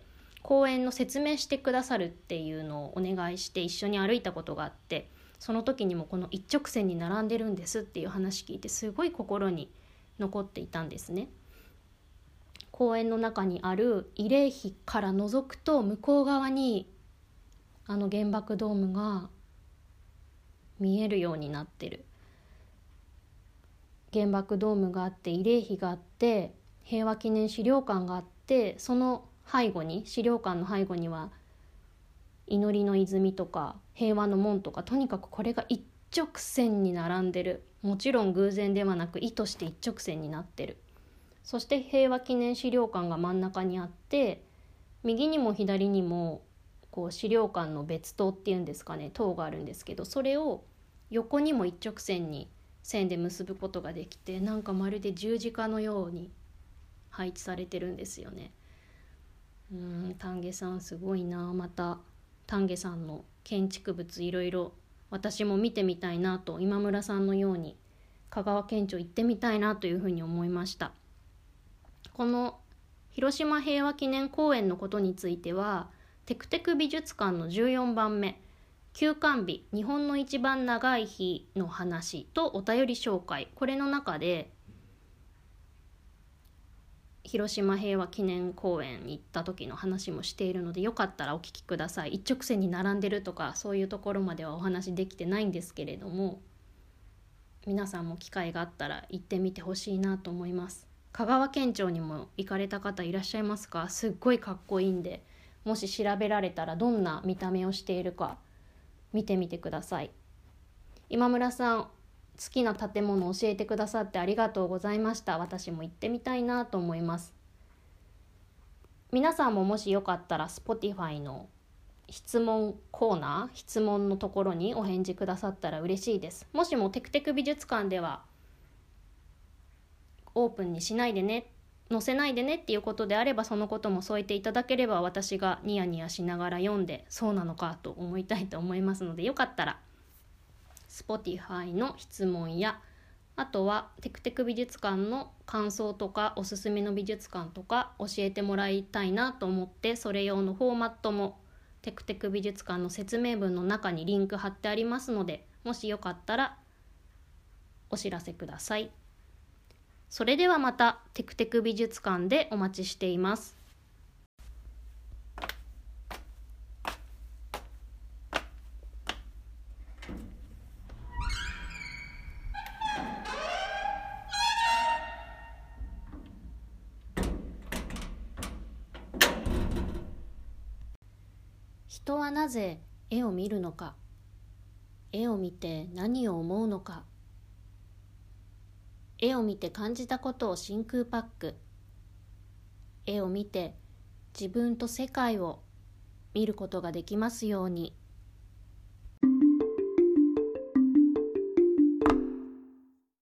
公園の説明してくださるっていうのをお願いして一緒に歩いたことがあって、その時にもこの一直線に並んでるんですっていう話聞いて、すごい心に残っていたんですね。公園の中にある慰霊碑から覗くと、向こう側にあの原爆ドームが見えるようになってる。原爆ドームがあって、慰霊碑があって、平和記念資料館があって、その背後に、資料館の背後には祈りの泉とか平和の門とか、とにかくこれが一直線に並んでる。もちろん偶然ではなく意図して一直線になってる。そして平和記念資料館が真ん中にあって、右にも左にもこう資料館の別棟っていうんですかね、棟があるんですけど、それを横にも一直線に線で結ぶことができて、なんかまるで十字架のように配置されてるんですよね。丹下さんすごいな。また丹下さんの建築物いろいろ私も見てみたいなと、今村さんのように香川県庁行ってみたいなというふうに思いました。この広島平和記念公園のことについては、テクテク美術館の14番目、休館日日本の一番長い日の話とお便り紹介、これの中で広島平和記念公園に行った時の話もしているので、よかったらお聞きください。一直線に並んでるとかそういうところまではお話できてないんですけれども、皆さんも機会があったら行ってみてほしいなと思います。香川県庁にも行かれた方いらっしゃいますか？すっごいかっこいいんで、もし調べられたらどんな見た目をしているか見てみてください。今村さん、好きな建物を教えてくださってありがとうございました。私も行ってみたいなと思います。皆さんももしよかったら Spotify の質問コーナー、質問のところにお返事くださったら嬉しいです。もしもテクテク美術館ではオープンにしないでね、載せないでねっていうことであれば、そのことも添えていただければ、私がニヤニヤしながら読んで、そうなのかと思いたいと思いますので、よかったら Spotify の質問や、あとはテクテク美術館の感想とかおすすめの美術館とか教えてもらいたいなと思って、それ用のフォーマットもテクテク美術館の説明文の中にリンク貼ってありますので、もしよかったらお知らせください。それではまたテクテク美術館でお待ちしています。人はなぜ絵を見るのか、絵を見て何を思うのか、絵を見て感じたことを真空パック、絵を見て自分と世界を見ることができますように。